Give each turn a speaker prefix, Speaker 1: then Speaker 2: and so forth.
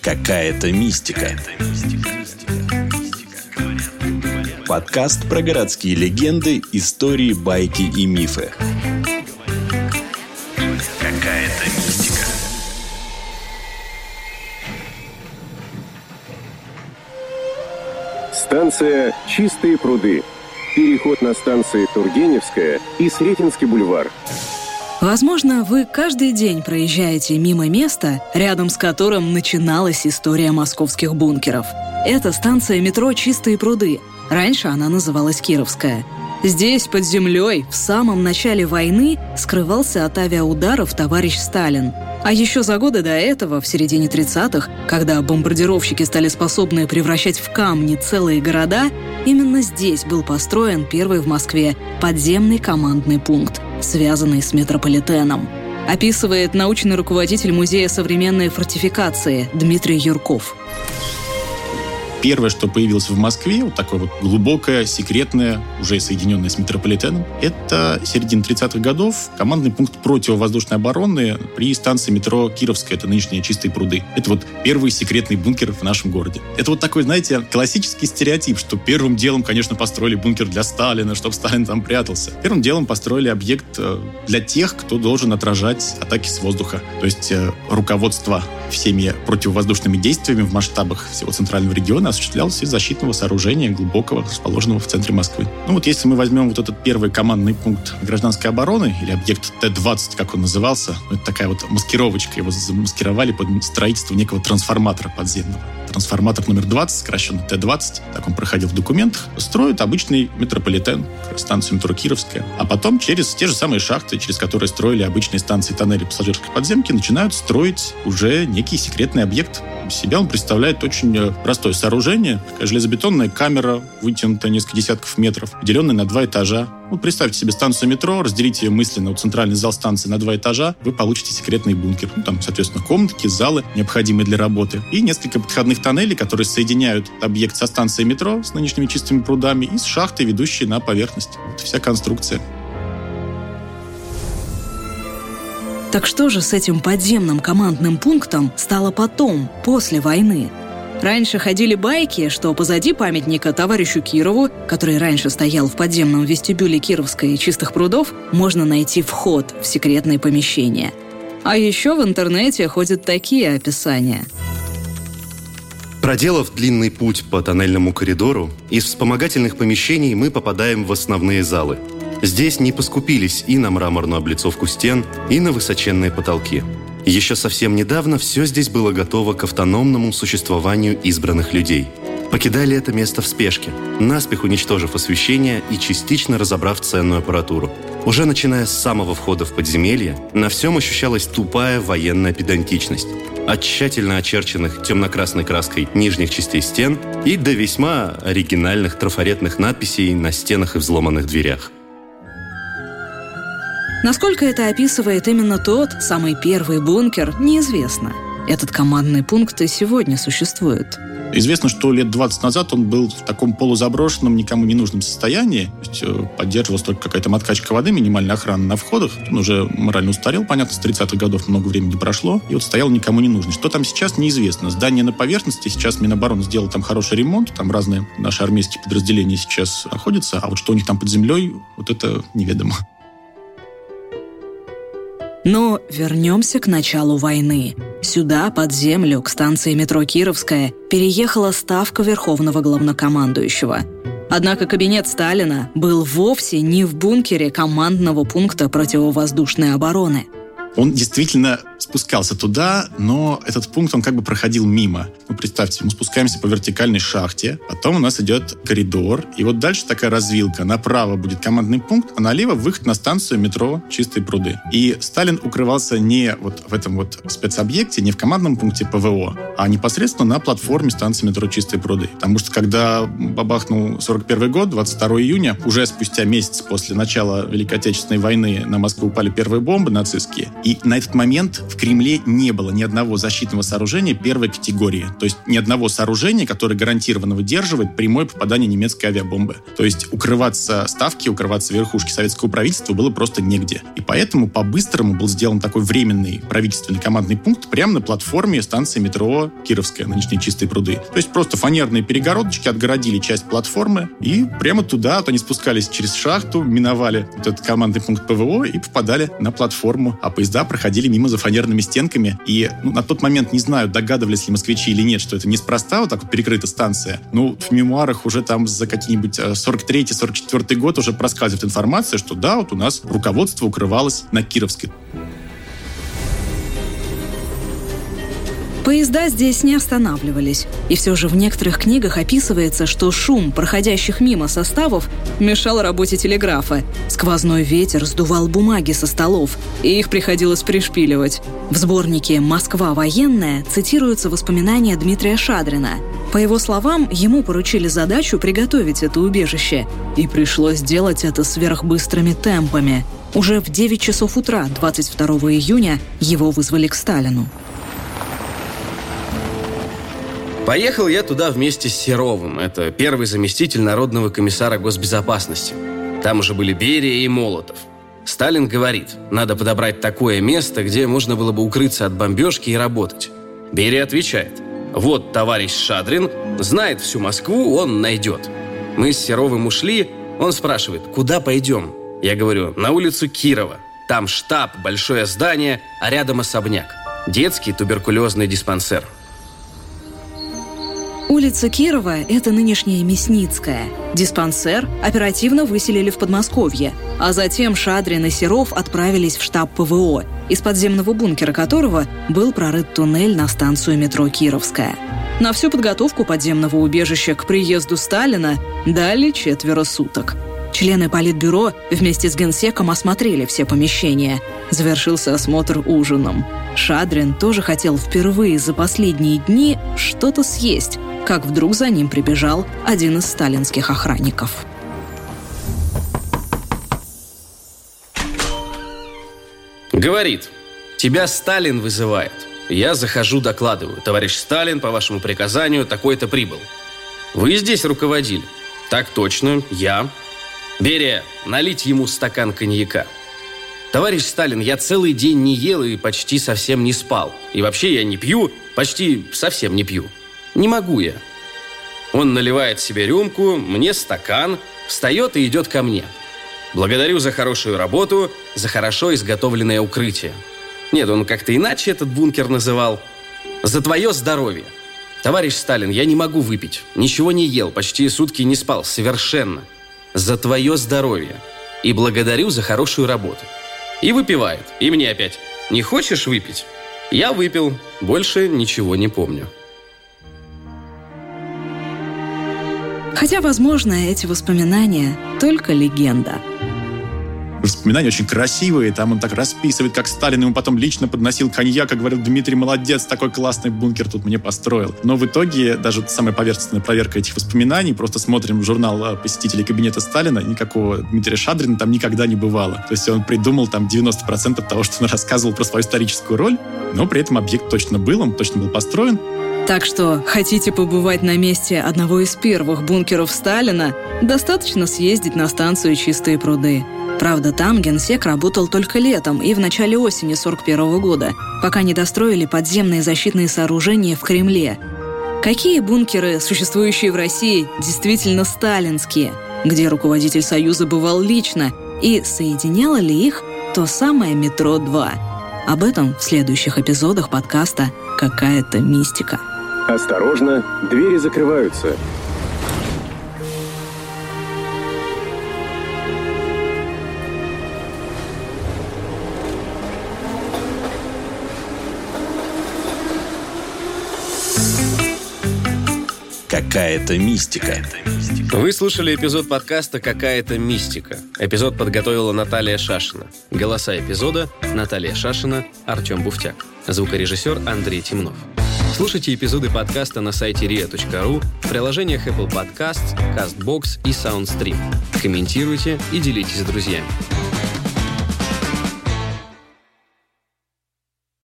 Speaker 1: Какая-то мистика. Подкаст про городские легенды, истории, байки и мифы. Какая-то мистика.
Speaker 2: Станция «Чистые пруды». Переход на станции Тургеневская и Сретенский бульвар.
Speaker 3: Возможно, вы каждый день проезжаете мимо места, рядом с которым начиналась история московских бункеров. Это станция метро «Чистые пруды». Раньше она называлась Кировская. Здесь, под землей, в самом начале войны скрывался от авиаударов товарищ Сталин. А еще за годы до этого, в середине 30-х, когда бомбардировщики стали способны превращать в камни целые города, именно здесь был построен первый в Москве подземный командный пункт, связанный с метрополитеном. Описывает научный руководитель Музея современной фортификации Дмитрий Юрков.
Speaker 4: Первое, что появилось в Москве, вот такое вот глубокое, секретное, уже соединенное с метрополитеном, это середина 30-х годов, командный пункт противовоздушной обороны при станции метро Кировская, это нынешние Чистые пруды. Это вот первый секретный бункер в нашем городе. Это вот такой, знаете, классический стереотип, что первым делом, конечно, построили бункер для Сталина, чтобы Сталин там прятался. Первым делом построили объект для тех, кто должен отражать атаки с воздуха. То есть руководство всеми противовоздушными действиями в масштабах всего центрального региона осуществлялось из защитного сооружения глубокого, расположенного в центре Москвы. Ну вот если мы возьмем вот этот первый командный пункт гражданской обороны, или объект Т-20, как он назывался, это такая вот маскировочка, его замаскировали под строительство некого трансформатора подземного. Трансформатор номер 20, сокращенно Т-20, так он проходил в документах, строят обычный метрополитен, станцию метро Кировская. А потом через те же самые шахты, через которые строили обычные станции тоннели пассажирской подземки, начинают строить уже некий секретный объект. Из себя он представляет очень простое сооружение. Такая железобетонная камера, вытянутая несколько десятков метров, поделенная на 2 этажа. Вот представьте себе станцию метро, разделите ее мысленно, вот центральный зал станции на 2 этажа, вы получите секретный бункер. Ну, там, соответственно, комнатки, залы, необходимые для работы. И несколько подходных тоннелей, которые соединяют объект со станцией метро, с нынешними Чистыми прудами, и с шахтой, ведущей на поверхность. Вот вся конструкция.
Speaker 3: Так что же с этим подземным командным пунктом стало потом, после войны? Раньше ходили байки, что позади памятника товарищу Кирову, который раньше стоял в подземном вестибюле Кировской и Чистых прудов, можно найти вход в секретные помещения. А еще в интернете ходят такие описания.
Speaker 5: Проделав длинный путь по тоннельному коридору, из вспомогательных помещений мы попадаем в основные залы. Здесь не поскупились и на мраморную облицовку стен, и на высоченные потолки. Еще совсем недавно все здесь было готово к автономному существованию избранных людей. Покидали это место в спешке, наспех уничтожив освещение и частично разобрав ценную аппаратуру. Уже начиная с самого входа в подземелье, на всем ощущалась тупая военная педантичность. От тщательно очерченных темно-красной краской нижних частей стен и до весьма оригинальных трафаретных надписей на стенах и взломанных дверях.
Speaker 3: Насколько это описывает именно тот, самый первый бункер, неизвестно. Этот командный пункт и сегодня существует.
Speaker 4: Известно, что лет 20 назад он был в таком полузаброшенном, никому не нужном состоянии. То есть поддерживалась только какая-то откачка воды, минимальная охрана на входах. Он уже морально устарел, понятно, с 30-х годов много времени прошло. И вот стоял никому не нужный. Что там сейчас, неизвестно. Здание на поверхности. Сейчас Минобороны сделал там хороший ремонт. Там разные наши армейские подразделения сейчас находятся. А вот что у них там под землей, вот это неведомо.
Speaker 3: Но вернемся к началу войны. Сюда, под землю, к станции метро Кировская, переехала ставка Верховного Главнокомандующего. Однако кабинет Сталина был вовсе не в бункере командного пункта противовоздушной обороны.
Speaker 4: Он действительно спускался туда, но этот пункт, он как бы проходил мимо. Ну, представьте, мы спускаемся по вертикальной шахте, потом у нас идет коридор, и вот дальше такая развилка. Направо будет командный пункт, а налево выход на станцию метро Чистые пруды. И Сталин укрывался не вот в этом вот спецобъекте, не в командном пункте ПВО, а непосредственно на платформе станции метро Чистые пруды. Потому что когда бабахнул 41 год, 22 июня, уже спустя месяц после начала Великой Отечественной войны на Москву упали первые бомбы нацистские, и на этот момент в Кремле не было ни одного защитного сооружения первой категории. То есть ни одного сооружения, которое гарантированно выдерживает прямое попадание немецкой авиабомбы. То есть укрываться ставки, укрываться верхушки советского правительства было просто негде. И поэтому по-быстрому был сделан такой временный правительственный командный пункт прямо на платформе станции метро Кировская, нынешние Чистые пруды. То есть просто фанерные перегородочки отгородили часть платформы, и прямо туда вот они спускались через шахту, миновали вот этот командный пункт ПВО и попадали на платформу. А поезда проходили мимо за фанерными стенками. И на тот момент, не знаю, догадывались ли москвичи или нет, что это неспроста вот так вот перекрыта станция. В мемуарах уже там за какие-нибудь 43-44 год уже проскальзывает информация, что да, вот у нас руководство укрывалось на Кировской.
Speaker 3: Поезда здесь не останавливались. И все же в некоторых книгах описывается, что шум проходящих мимо составов мешал работе телеграфа. Сквозной ветер сдувал бумаги со столов, и их приходилось пришпиливать. В сборнике «Москва военная» цитируются воспоминания Дмитрия Шадрина. По его словам, ему поручили задачу приготовить это убежище. И пришлось делать это сверхбыстрыми темпами. Уже в 9 часов утра 22 июня его вызвали к Сталину.
Speaker 6: Поехал я туда вместе с Серовым. Это первый заместитель Народного комиссара госбезопасности. Там уже были Берия и Молотов. Сталин говорит, надо подобрать такое место, где можно было бы укрыться от бомбежки и работать. Берия отвечает, вот товарищ Шадрин, знает всю Москву, он найдет. Мы с Серовым ушли, он спрашивает, куда пойдем? Я говорю, на улицу Кирова. Там штаб, большое здание, а рядом особняк. Детский туберкулезный диспансер.
Speaker 3: Улица Кирова – это нынешняя Мясницкая. Диспансер оперативно выселили в Подмосковье, а затем Шадрин и Серов отправились в штаб ПВО, из подземного бункера которого был прорыт туннель на станцию метро Кировская. На всю подготовку подземного убежища к приезду Сталина дали 4 суток. Члены Политбюро вместе с Генсеком осмотрели все помещения. Завершился осмотр ужином. Шадрин тоже хотел впервые за последние дни что-то съесть, как вдруг за ним прибежал один из сталинских охранников.
Speaker 6: Говорит, тебя Сталин вызывает. Я захожу, докладываю. Товарищ Сталин, по вашему приказанию, такой-то прибыл. Вы здесь руководили? Так точно, я. Берия, налить ему стакан коньяка. Товарищ Сталин, я целый день не ел и почти совсем не спал. И вообще я не пью, почти совсем не пью. Не могу я. Он наливает себе рюмку, мне стакан, встает и идет ко мне. Благодарю за хорошую работу, за хорошо изготовленное укрытие. Нет, он как-то иначе этот бункер называл. За твое здоровье. Товарищ Сталин, я не могу выпить. Ничего не ел, почти сутки не спал, совершенно. За твое здоровье. И благодарю за хорошую работу. И выпивает. И мне опять. Не хочешь выпить? Я выпил. Больше ничего не помню.
Speaker 3: Хотя, возможно, эти воспоминания только легенда.
Speaker 4: Воспоминания очень красивые, там он так расписывает, как Сталин ему потом лично подносил коньяк, и говорил, Дмитрий, молодец, такой классный бункер тут мне построил. Но в итоге, даже самая поверхностная проверка этих воспоминаний, просто смотрим в журнал посетителей кабинета Сталина, никакого Дмитрия Шадрина там никогда не бывало. То есть он придумал там 90% того, что он рассказывал про свою историческую роль, но при этом объект точно был, он точно был построен.
Speaker 3: Так что, хотите побывать на месте одного из первых бункеров Сталина, достаточно съездить на станцию Чистые пруды. Правда, там Генсек работал только летом и в начале осени 1941 года, пока не достроили подземные защитные сооружения в Кремле. Какие бункеры, существующие в России, действительно сталинские? Где руководитель Союза бывал лично? И соединяло ли их то самое метро-2? Об этом в следующих эпизодах подкаста «Какая-то мистика».
Speaker 2: Осторожно, двери закрываются.
Speaker 1: «Какая-то мистика».
Speaker 6: Вы слушали эпизод подкаста «Какая-то мистика». Эпизод подготовила Наталья Шашина. Голоса эпизода – Наталья Шашина, Артем Буфтяк. Звукорежиссер Андрей Темнов. Слушайте эпизоды подкаста на сайте ria.ru, в приложениях Apple Podcasts, CastBox и SoundStream. Комментируйте и делитесь с друзьями.